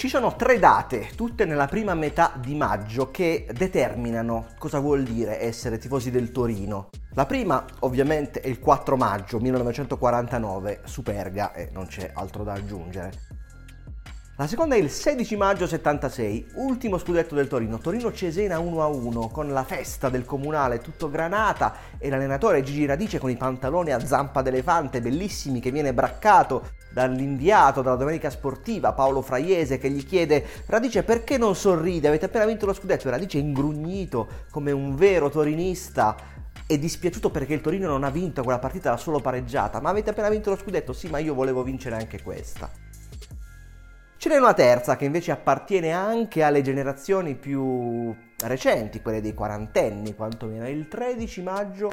Ci sono 3 date, tutte nella prima metà di maggio, che determinano cosa vuol dire essere tifosi del Torino. La prima, ovviamente, è il 4 maggio 1949, Superga, e non c'è altro da aggiungere. La seconda è il 16 maggio 76, ultimo scudetto del Torino, Torino-Cesena 1-1, con la festa del comunale tutto granata e l'allenatore Gigi Radice con i pantaloni a zampa d'elefante bellissimi che viene braccato dall'inviato della Domenica Sportiva Paolo Fraiese, che gli chiede: Radice, perché non sorride? Avete appena vinto lo scudetto. E Radice, ingrugnito come un vero torinista, è dispiaciuto perché il Torino non ha vinto quella partita, l'ha solo pareggiata. Ma avete appena vinto lo scudetto? Sì, ma io volevo vincere anche questa. Ce n'è una terza che invece appartiene anche alle generazioni più recenti, quelle dei quarantenni quantomeno, è il 13 maggio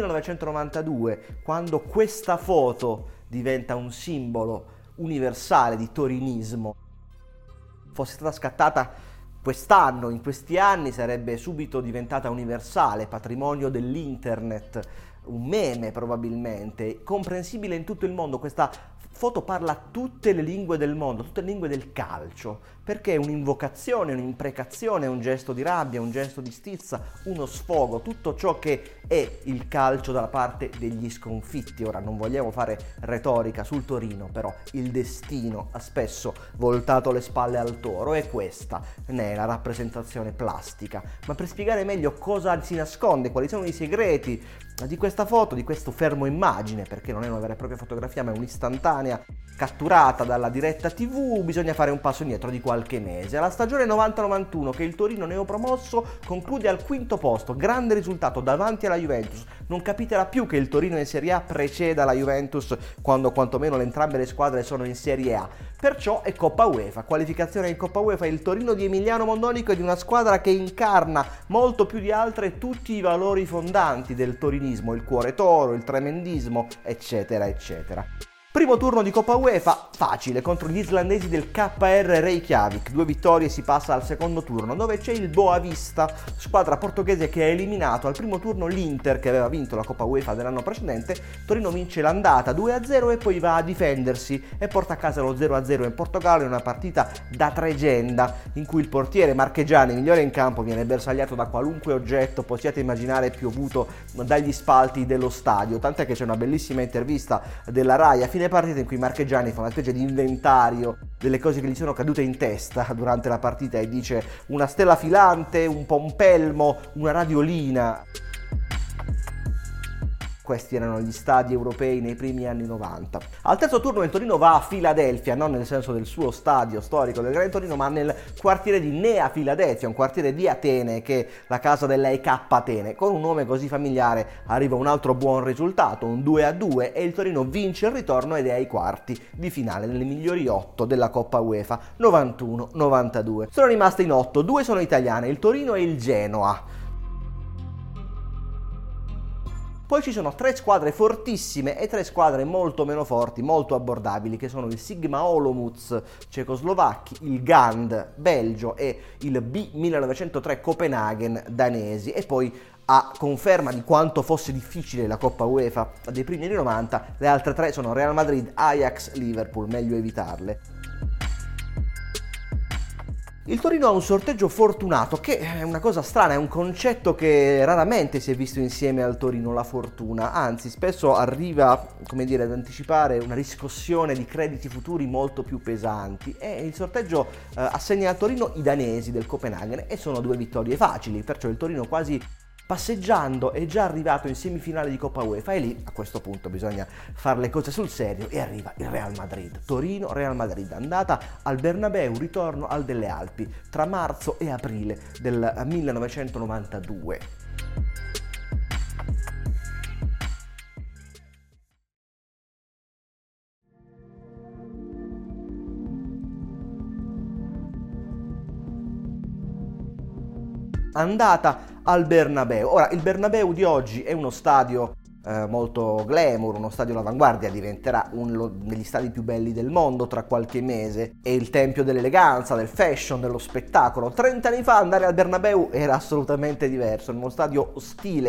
1992, quando questa foto diventa un simbolo universale di torinismo. Fosse stata scattata quest'anno, in questi anni, sarebbe subito diventata universale, patrimonio dell'internet, un meme probabilmente, comprensibile in tutto il mondo. Questa foto parla tutte le lingue del mondo, tutte le lingue del calcio, perché è un'invocazione, un'imprecazione, un gesto di rabbia, un gesto di stizza, uno sfogo, tutto ciò che è il calcio dalla parte degli sconfitti. Ora non vogliamo fare retorica sul Torino, però il destino ha spesso voltato le spalle al toro e questa ne è la rappresentazione plastica. Ma per spiegare meglio cosa si nasconde, quali sono i segreti di questa foto, di questo fermo immagine, perché non è una vera e propria fotografia ma è un'istantanea catturata dalla diretta TV, bisogna fare un passo indietro di qualche mese. Alla stagione 90-91, che il Torino neopromosso conclude al 5° posto, grande risultato davanti alla Juventus. Non capiterà più che il Torino in Serie A preceda la Juventus quando quantomeno entrambe le squadre sono in Serie A. Perciò è Coppa UEFA, qualificazione in Coppa UEFA. Il Torino di Emiliano Mondonico è di una squadra che incarna molto più di altre tutti i valori fondanti del torinismo, il cuore toro, il tremendismo, eccetera eccetera. Primo turno di Coppa UEFA, facile, contro gli islandesi del KR Reykjavik. 2 vittorie e si passa al secondo turno, dove c'è il Boavista, squadra portoghese che ha eliminato al primo turno l'Inter, che aveva vinto la Coppa UEFA dell'anno precedente. Torino vince l'andata 2-0 e poi va a difendersi e porta a casa lo 0-0 in Portogallo, in una partita da tregenda in cui il portiere Marchegiani, migliore in campo, viene bersagliato da qualunque oggetto possiate immaginare piovuto dagli spalti dello stadio, tant'è che c'è una bellissima intervista della Rai a fine partita in cui Marchegiani fa una specie di inventario delle cose che gli sono cadute in testa durante la partita e dice: una stella filante, un pompelmo, una radiolina. Questi erano gli stadi europei nei primi anni 90. Al terzo turno il Torino va a Filadelfia, non nel senso del suo stadio storico del Grande Torino, ma nel quartiere di Nea Filadelfia, un quartiere di Atene che è la casa della EK Atene. Con un nome così familiare arriva un altro buon risultato, un 2-2, e il Torino vince il ritorno ed è ai quarti di finale nelle migliori 8 della Coppa UEFA 91-92. Sono rimaste in 8, 2 sono italiane, il Torino e il Genoa. Poi ci sono 3 squadre fortissime e 3 squadre molto meno forti, molto abbordabili, che sono il Sigma Olomouc cecoslovacchi, il Gand Belgio e il B1903 Copenaghen danesi. E poi, a conferma di quanto fosse difficile la Coppa UEFA dei primi anni 90, le altre 3 sono Real Madrid, Ajax, Liverpool, meglio evitarle. Il Torino ha un sorteggio fortunato, che è una cosa strana, è un concetto che raramente si è visto insieme al Torino, la fortuna, anzi spesso arriva, come dire, ad anticipare una riscossione di crediti futuri molto più pesanti, e il sorteggio assegna al Torino i danesi del Copenaghen e sono 2 vittorie facili, perciò il Torino quasi passeggiando è già arrivato in semifinale di Coppa UEFA e lì a questo punto bisogna fare le cose sul serio e arriva il Real Madrid. Torino-Real Madrid, andata al Bernabeu, ritorno al Delle Alpi tra marzo e aprile del 1992. Andata al Bernabeu. Ora, il Bernabeu di oggi è uno stadio molto glamour, uno stadio all'avanguardia, diventerà uno degli stadi più belli del mondo tra qualche mese, è il tempio dell'eleganza, del fashion, dello spettacolo. 30 anni fa andare al Bernabeu era assolutamente diverso, uno stadio ostile,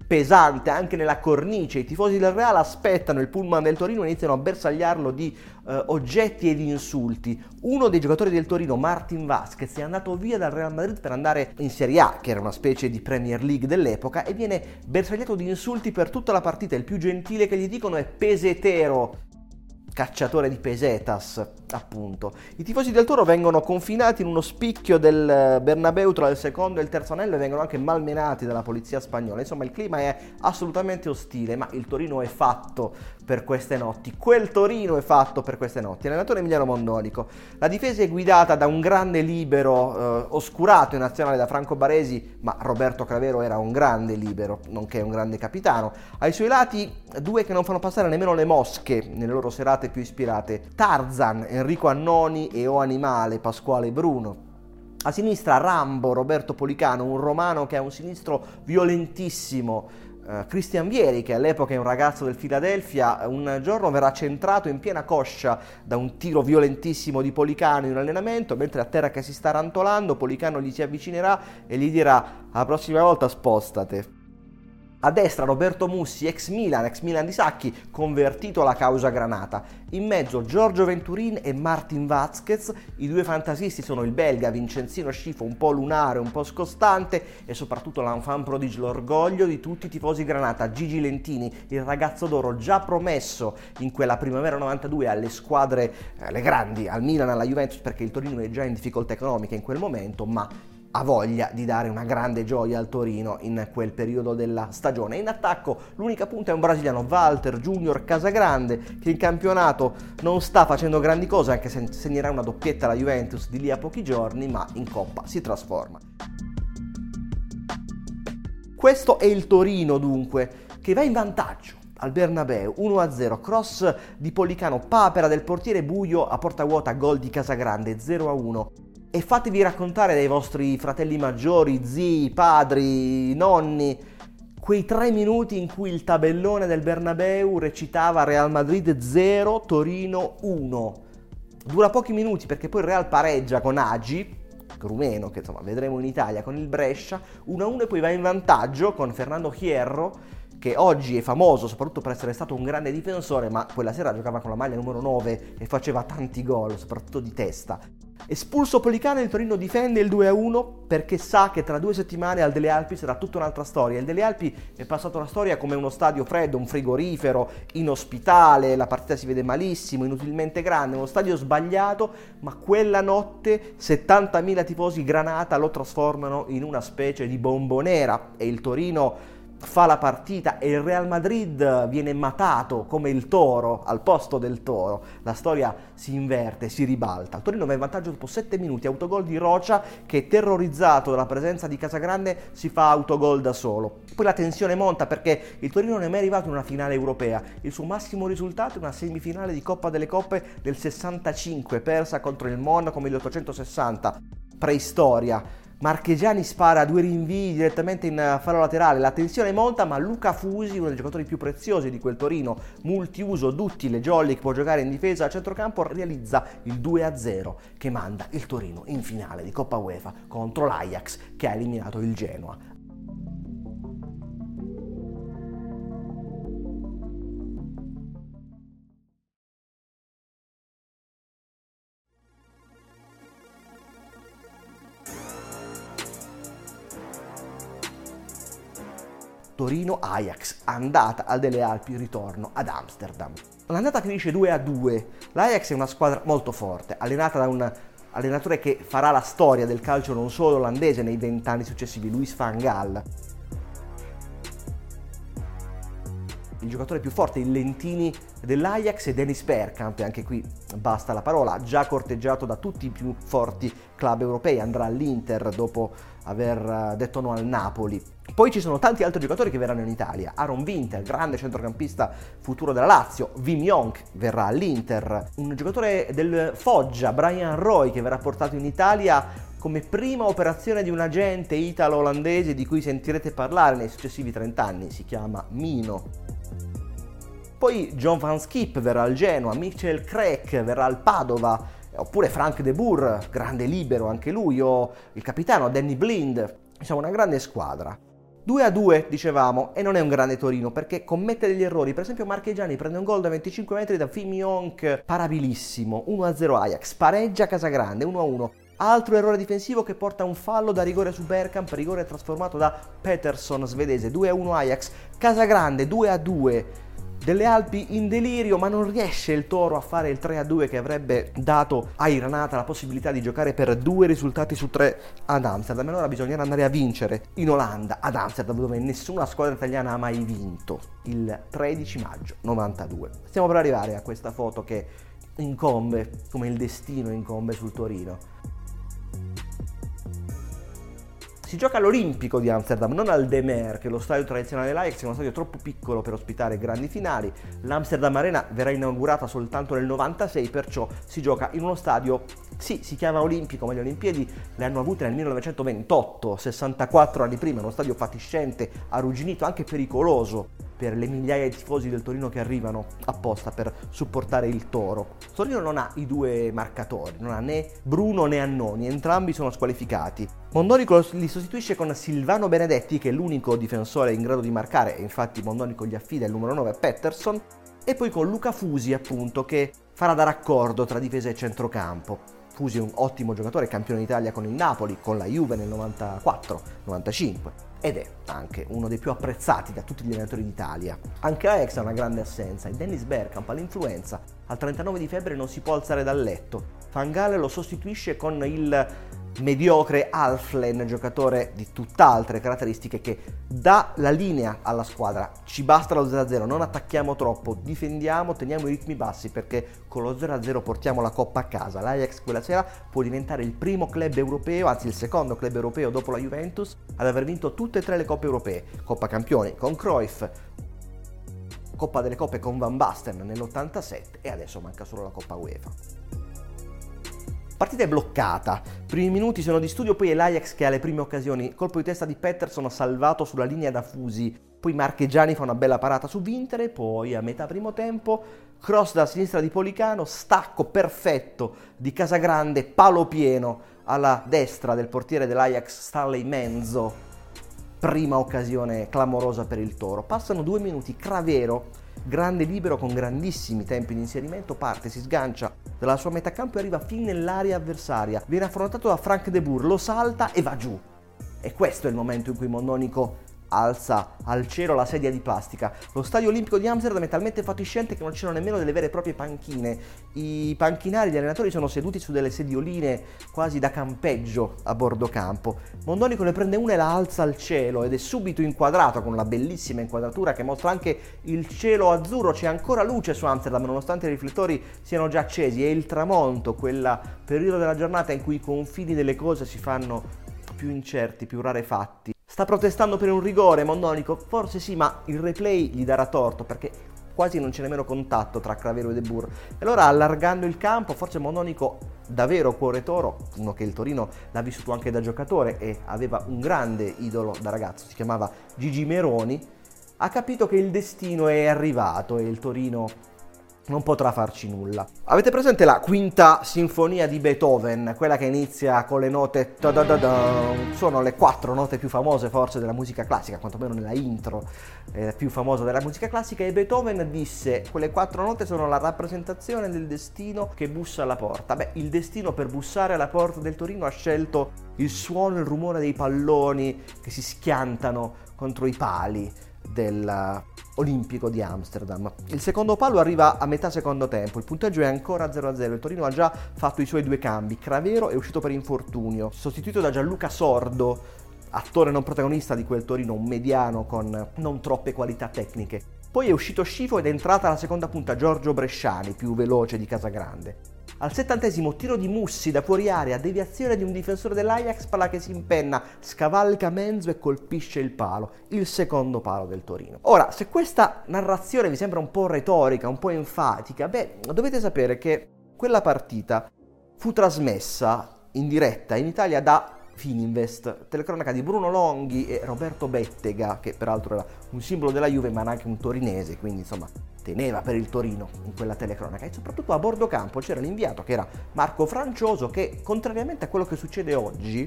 pesante anche nella cornice. I tifosi del Real aspettano il pullman del Torino e iniziano a bersagliarlo di oggetti e di insulti. Uno dei giocatori del Torino, Martin Vázquez, è andato via dal Real Madrid per andare in Serie A, che era una specie di Premier League dell'epoca, e viene bersagliato di insulti per tutta la partita. Il più gentile che gli dicono è pesetero, cacciatore di pesetas, appunto. I tifosi del Toro vengono confinati in uno spicchio del Bernabéu tra il secondo e il terzo anello e vengono anche malmenati dalla polizia spagnola. Insomma, il clima è assolutamente ostile, ma il Torino è fatto per queste notti. Quel Torino è fatto per queste notti. Allenatore Emiliano Mondonico. La difesa è guidata da un grande libero, oscurato in nazionale da Franco Baresi, ma Roberto Cravero era un grande libero, nonché un grande capitano. Ai suoi lati due che non fanno passare nemmeno le mosche nelle loro serate più ispirate: Tarzan, Enrico Annoni, e O Animale, Pasquale Bruno. A sinistra Rambo, Roberto Policano, un romano che ha un sinistro violentissimo. Christian Vieri, che all'epoca è un ragazzo del Philadelphia, un giorno verrà centrato in piena coscia da un tiro violentissimo di Policano in un allenamento, mentre a terra che si sta rantolando Policano gli si avvicinerà e gli dirà: la prossima volta spostate. A destra Roberto Mussi, ex Milan di Sacchi, convertito alla causa granata. In mezzo Giorgio Venturin e Martin Vázquez. I due fantasisti sono il belga Vincenzino Scifo, un po' lunare, un po' scostante, e soprattutto l'enfant prodige, l'orgoglio di tutti i tifosi granata, Gigi Lentini, il ragazzo d'oro già promesso in quella primavera 92 alle squadre, le grandi, al Milan, alla Juventus, perché il Torino è già in difficoltà economica in quel momento, ma ha voglia di dare una grande gioia al Torino in quel periodo della stagione. In attacco l'unica punta è un brasiliano, Walter Junior Casagrande, che in campionato non sta facendo grandi cose, anche se segnerà una doppietta alla Juventus di lì a pochi giorni, ma in Coppa si trasforma. Questo è il Torino, dunque, che va in vantaggio al Bernabéu 1-0, cross di Policano, papera del portiere Buio a porta vuota, gol di Casagrande 0-1. E fatevi raccontare dai vostri fratelli maggiori, zii, padri, nonni, quei 3 minuti in cui il tabellone del Bernabéu recitava Real Madrid 0, Torino 1. Dura pochi minuti perché poi il Real pareggia con Agi, rumeno, che insomma vedremo in Italia, con il Brescia, 1-1, e poi va in vantaggio con Fernando Hierro, che oggi è famoso soprattutto per essere stato un grande difensore, ma quella sera giocava con la maglia numero 9 e faceva tanti gol, soprattutto di testa. Espulso Policano, il Torino difende il 2-1 perché sa che tra 2 settimane al Delle Alpi sarà tutta un'altra storia. Il Delle Alpi è passato la storia come uno stadio freddo, un frigorifero, inospitale, la partita si vede malissimo, inutilmente grande, uno stadio sbagliato, ma quella notte 70.000 tifosi granata lo trasformano in una specie di bombonera e il Torino fa la partita e il Real Madrid viene matato come il toro al posto del toro. La storia si inverte, si ribalta. Il Torino va in vantaggio dopo 7 minuti, autogol di Rocha che, terrorizzato dalla presenza di Casagrande, si fa autogol da solo. Poi la tensione monta perché il Torino non è mai arrivato in una finale europea. Il suo massimo risultato è una semifinale di Coppa delle Coppe del 65, persa contro il Monaco nel 1860, preistoria. Marchegiani spara 2 rinvii direttamente in fallo laterale, la tensione monta, ma Luca Fusi, uno dei giocatori più preziosi di quel Torino, multiuso, duttile, jolly, che può giocare in difesa a centrocampo, realizza il 2-0 che manda il Torino in finale di Coppa UEFA contro l'Ajax, che ha eliminato il Genoa. Torino-Ajax, andata al Delle Alpi, ritorno ad Amsterdam. L'andata finisce 2-2. L'Ajax è una squadra molto forte, allenata da un allenatore che farà la storia del calcio non solo olandese nei 20 anni successivi, Louis van Gaal. Il giocatore più forte, il Lentini dell'Ajax, è Dennis Bergkamp, e anche qui basta la parola, già corteggiato da tutti i più forti club europei, andrà all'Inter dopo aver detto no al Napoli. Poi ci sono tanti altri giocatori che verranno in Italia: Aaron Winter, grande centrocampista futuro della Lazio, Wim Jonk verrà all'Inter, un giocatore del Foggia, Brian Roy, che verrà portato in Italia come prima operazione di un agente italo-olandese di cui sentirete parlare nei successivi 30 anni, si chiama Mino. Poi John Van Schip verrà al Genoa, Michel Krek verrà al Padova, oppure Frank de Boer, grande libero anche lui, o il capitano Danny Blind. Insomma, una grande squadra. 2-2 dicevamo, e non è un grande Torino perché commette degli errori. Per esempio Marchegiani prende un gol da 25 metri da Fimionk, parabilissimo. 1-0 Ajax, pareggia Casagrande, 1-1. Altro errore difensivo che porta a un fallo da rigore su Bergkamp, rigore trasformato da Peterson svedese. 2-1 Ajax, Casagrande 2-2. Delle Alpi in delirio, ma non riesce il Toro a fare il 3-2 che avrebbe dato a Granata la possibilità di giocare per 2 risultati su 3 ad Amsterdam. Allora bisognerà andare a vincere in Olanda, ad Amsterdam, dove nessuna squadra italiana ha mai vinto, il 13 maggio 92. Stiamo per arrivare a questa foto che incombe, come il destino incombe sul Torino. Si gioca all'Olimpico di Amsterdam, non al De Meer, che è lo stadio tradizionale dell'Ajax, è uno stadio troppo piccolo per ospitare grandi finali. L'Amsterdam Arena verrà inaugurata soltanto nel 96, perciò si gioca in uno stadio, sì, si chiama Olimpico, ma le Olimpiadi le hanno avute nel 1928, 64 anni prima, uno stadio fatiscente, arrugginito, anche pericoloso per le migliaia di tifosi del Torino che arrivano apposta per supportare il Toro. Torino non ha i due marcatori, non ha né Bruno né Annoni, entrambi sono squalificati. Mondonico li sostituisce con Silvano Benedetti, che è l'unico difensore in grado di marcare, e infatti Mondonico gli affida il numero 9 Pettersson, e poi con Luca Fusi, appunto, che farà da raccordo tra difesa e centrocampo. Fusi è un ottimo giocatore, campione d'Italia con il Napoli, con la Juve nel 94-95, ed è anche uno dei più apprezzati da tutti gli allenatori d'Italia. Anche l'Ajax ha una grande assenza, e Dennis Bergkamp all'influenza, al 39 di febbre non si può alzare dal letto. Van Gaal lo sostituisce con il mediocre Alflen, giocatore di tutt'altre caratteristiche, che dà la linea alla squadra. Ci basta lo 0-0, non attacchiamo troppo, difendiamo, teniamo i ritmi bassi, perché con lo 0-0 portiamo la coppa a casa. L'Ajax quella sera può diventare il primo club europeo, anzi il secondo club europeo dopo la Juventus, ad aver vinto tutte e tre le coppe europee. Coppa Campioni con Cruyff, Coppa delle Coppe con Van Basten nell'87, e adesso manca solo la Coppa UEFA. Partita è bloccata, primi minuti sono di studio, poi è l'Ajax che ha le prime occasioni, colpo di testa di Pettersson salvato sulla linea da Fusi, poi Marchegiani fa una bella parata su Vintere, poi a metà primo tempo cross da sinistra di Policano, stacco perfetto di Casagrande, palo pieno alla destra del portiere dell'Ajax Stanley Menzo, prima occasione clamorosa per il Toro. Passano 2 minuti, Cravero, grande libero con grandissimi tempi di inserimento, parte, si sgancia dalla sua metà campo e arriva fin nell'area avversaria. Viene affrontato da Frank de Boer, lo salta e va giù. E questo è il momento in cui Mondonico alza al cielo la sedia di plastica. Lo stadio olimpico di Amsterdam è talmente fatiscente che non c'erano nemmeno delle vere e proprie panchine. I panchinari, gli allenatori sono seduti su delle sedioline quasi da campeggio a bordo campo. Mondonico ne prende una e la alza al cielo ed è subito inquadrato con una bellissima inquadratura che mostra anche il cielo azzurro. C'è ancora luce su Amsterdam nonostante i riflettori siano già accesi, è il tramonto, quel periodo della giornata in cui i confini delle cose si fanno più incerti, più rarefatti. Sta protestando per un rigore Mondonico? Forse sì, ma il replay gli darà torto, perché quasi non c'è nemmeno contatto tra Cravero e De Boer. E allora, allargando il campo, forse Mondonico, davvero cuore toro, uno che il Torino l'ha vissuto anche da giocatore e aveva un grande idolo da ragazzo, si chiamava Gigi Meroni, ha capito che il destino è arrivato e il Torino non potrà farci nulla. Avete presente la quinta sinfonia di Beethoven, quella che inizia con le note sono le 4 note più famose forse della musica classica, quantomeno nella intro più famosa della musica classica, e Beethoven disse: quelle 4 note sono la rappresentazione del destino che bussa alla porta. Beh, il destino per bussare alla porta del Torino ha scelto il suono, il rumore dei palloni che si schiantano contro i pali dell'Olimpico di Amsterdam. Il secondo palo arriva a metà secondo tempo, il punteggio è ancora 0-0, il Torino ha già fatto i suoi 2 cambi, Cravero è uscito per infortunio, sostituito da Gianluca Sordo, attore non protagonista di quel Torino, un mediano con non troppe qualità tecniche. Poi è uscito Scifo ed è entrata la seconda punta Giorgio Bresciani, più veloce di Casagrande. Al 70° tiro di Mussi da fuori area, deviazione di un difensore dell'Ajax, palla che si impenna, scavalca Menzo e colpisce il palo, il secondo palo del Torino. Ora, se questa narrazione vi sembra un po' retorica, un po' enfatica, dovete sapere che quella partita fu trasmessa in diretta in Italia da Fininvest, telecronaca di Bruno Longhi e Roberto Bettega, che peraltro era un simbolo della Juve ma anche un torinese, quindi insomma teneva per il Torino in quella telecronaca. E soprattutto a bordo campo c'era l'inviato, che era Marco Francioso, che contrariamente a quello che succede oggi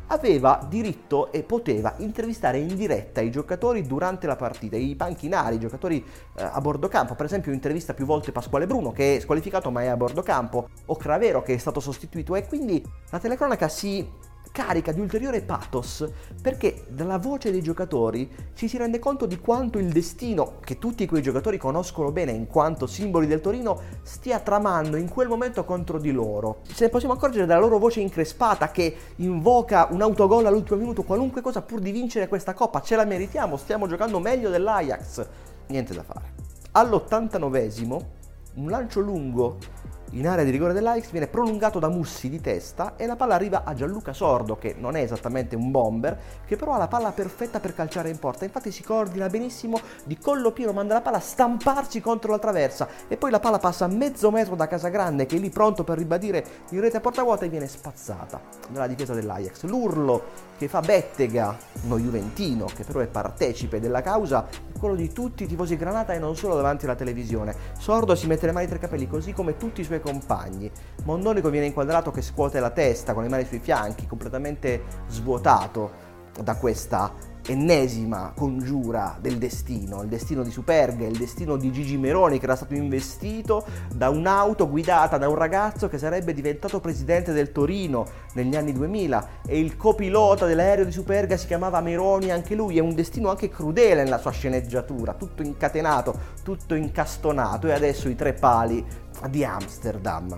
aveva diritto e poteva intervistare in diretta i giocatori durante la partita, i panchinari, i giocatori a bordo campo. Per esempio intervista più volte Pasquale Bruno, che è squalificato ma è a bordo campo, o Cravero, che è stato sostituito, e quindi la telecronaca si carica di ulteriore pathos, perché dalla voce dei giocatori ci si rende conto di quanto il destino, che tutti quei giocatori conoscono bene in quanto simboli del Torino, stia tramando in quel momento contro di loro. Ce ne possiamo accorgere dalla loro voce increspata che invoca un autogol all'ultimo minuto, qualunque cosa pur di vincere questa coppa, ce la meritiamo, stiamo giocando meglio dell'Ajax. Niente da fare. All'89esimo un lancio lungo in area di rigore dell'Ajax viene prolungato da Mussi di testa e la palla arriva a Gianluca Sordo, che non è esattamente un bomber, che però ha la palla perfetta per calciare in porta. Infatti si coordina benissimo, di collo pieno manda la palla a stamparsi contro la traversa e poi la palla passa a mezzo metro da Casagrande, che è lì pronto per ribadire in rete a porta vuota, e viene spazzata dalla difesa dell'Ajax. L'urlo che fa Bettega, uno juventino che però è partecipe della causa, è quello di tutti i tifosi granata e non solo davanti alla televisione. Sordo si mette le mani tra i capelli, così come tutti i suoi compagni. Mondonico viene inquadrato che scuote la testa con le mani sui fianchi, completamente svuotato da questa ennesima congiura del destino, il destino di Superga, il destino di Gigi Meroni, che era stato investito da un'auto guidata da un ragazzo che sarebbe diventato presidente del Torino negli anni 2000, e il copilota dell'aereo di Superga si chiamava Meroni anche lui. È un destino anche crudele nella sua sceneggiatura, tutto incatenato, tutto incastonato, e adesso i 3 pali di Amsterdam.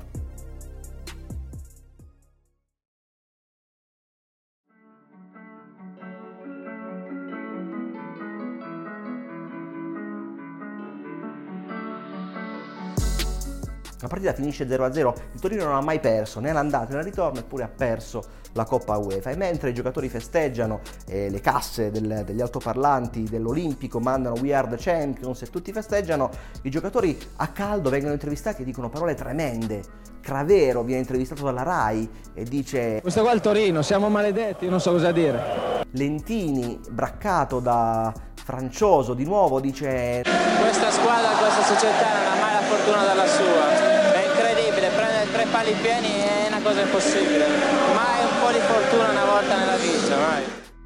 La partita finisce 0-0, il Torino non ha mai perso né l'andata né il ritorno, eppure ha perso la Coppa UEFA. E mentre i giocatori festeggiano e le casse degli altoparlanti dell'Olimpico mandano "We are the champions" e tutti festeggiano, i giocatori a caldo vengono intervistati e dicono parole tremende. Cravero viene intervistato dalla Rai e dice: "Questo qua è il Torino, siamo maledetti, non so cosa dire". Lentini, braccato da Francioso, di nuovo dice: "Questa squadra, questa società non ha mai la fortuna dalla sua. È incredibile, prendere 3 pali pieni è una cosa impossibile. Mai un po' di fortuna una volta nella vita, mai".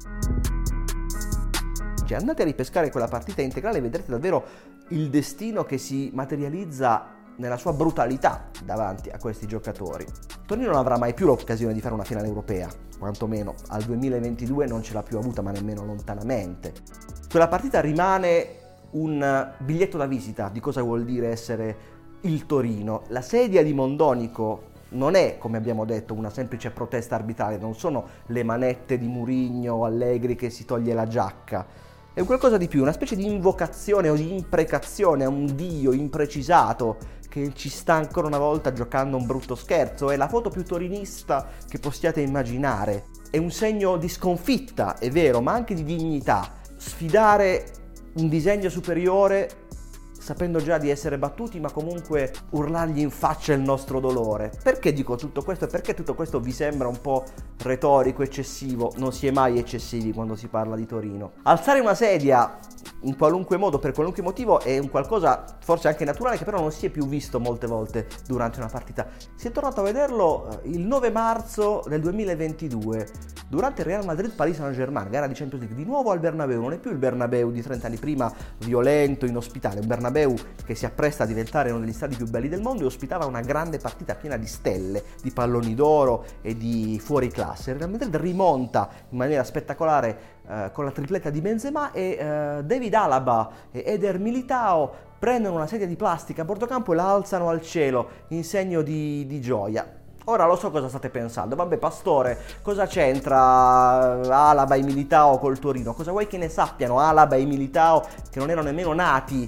Cioè, andate a ripescare quella partita integrale e vedrete davvero il destino che si materializza nella sua brutalità davanti a questi giocatori. Torino non avrà mai più l'occasione di fare una finale europea, quantomeno al 2022 non ce l'ha più avuta, ma nemmeno lontanamente. Quella partita rimane un biglietto da visita di cosa vuol dire essere il Torino. La sedia di Mondonico non è, come abbiamo detto, una semplice protesta arbitrale, non sono le manette di Mourinho o Allegri che si toglie la giacca. È un qualcosa di più, una specie di invocazione o di imprecazione a un dio imprecisato che ci sta ancora una volta giocando un brutto scherzo. È la foto più torinista che possiate immaginare. È un segno di sconfitta, è vero, ma anche di dignità. Sfidare un disegno superiore sapendo già di essere battuti, ma comunque urlargli in faccia il nostro dolore. Perché dico tutto questo e perché tutto questo vi sembra un po' retorico, eccessivo? Non si è mai eccessivi quando si parla di Torino. Alzare una sedia in qualunque modo, per qualunque motivo, è un qualcosa forse anche naturale, che però non si è più visto molte volte durante una partita. Si è tornato a vederlo il 9 marzo del 2022 durante il Real Madrid-Paris Saint-Germain, gara di Champions League, di nuovo al Bernabeu. Non è più il Bernabeu di 30 anni prima, violento, inospitale, un Bernabeu che si appresta a diventare uno degli stadi più belli del mondo, e ospitava una grande partita piena di stelle, di palloni d'oro e di fuori classe. Il Real Madrid rimonta in maniera spettacolare con la tripletta di Benzema, e David Alaba e Eder Militao prendono una sedia di plastica a bordo campo e la alzano al cielo in segno di gioia. Ora lo so cosa state pensando: vabbè Pastore, cosa c'entra Alaba e Militao col Torino? Cosa vuoi che ne sappiano Alaba e Militao, che non erano nemmeno nati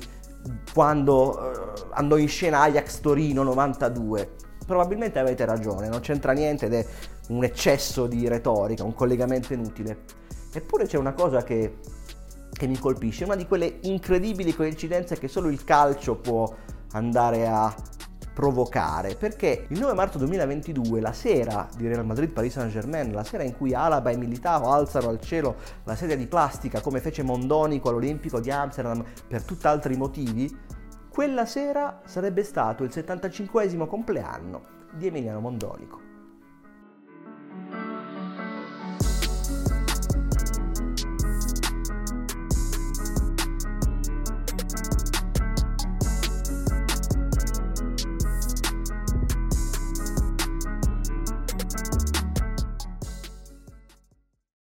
quando andò in scena Ajax Torino 92? Probabilmente avete ragione, non c'entra niente ed è un eccesso di retorica, un collegamento inutile. Eppure c'è una cosa che mi colpisce, una di quelle incredibili coincidenze che solo il calcio può andare a provocare, perché il 9 marzo 2022, la sera di Real Madrid-Paris Saint-Germain, la sera in cui Alaba e Militao alzano al cielo la sedia di plastica come fece Mondonico all'Olimpico di Amsterdam per tutt'altri motivi, quella sera sarebbe stato il 75esimo compleanno di Emiliano Mondonico.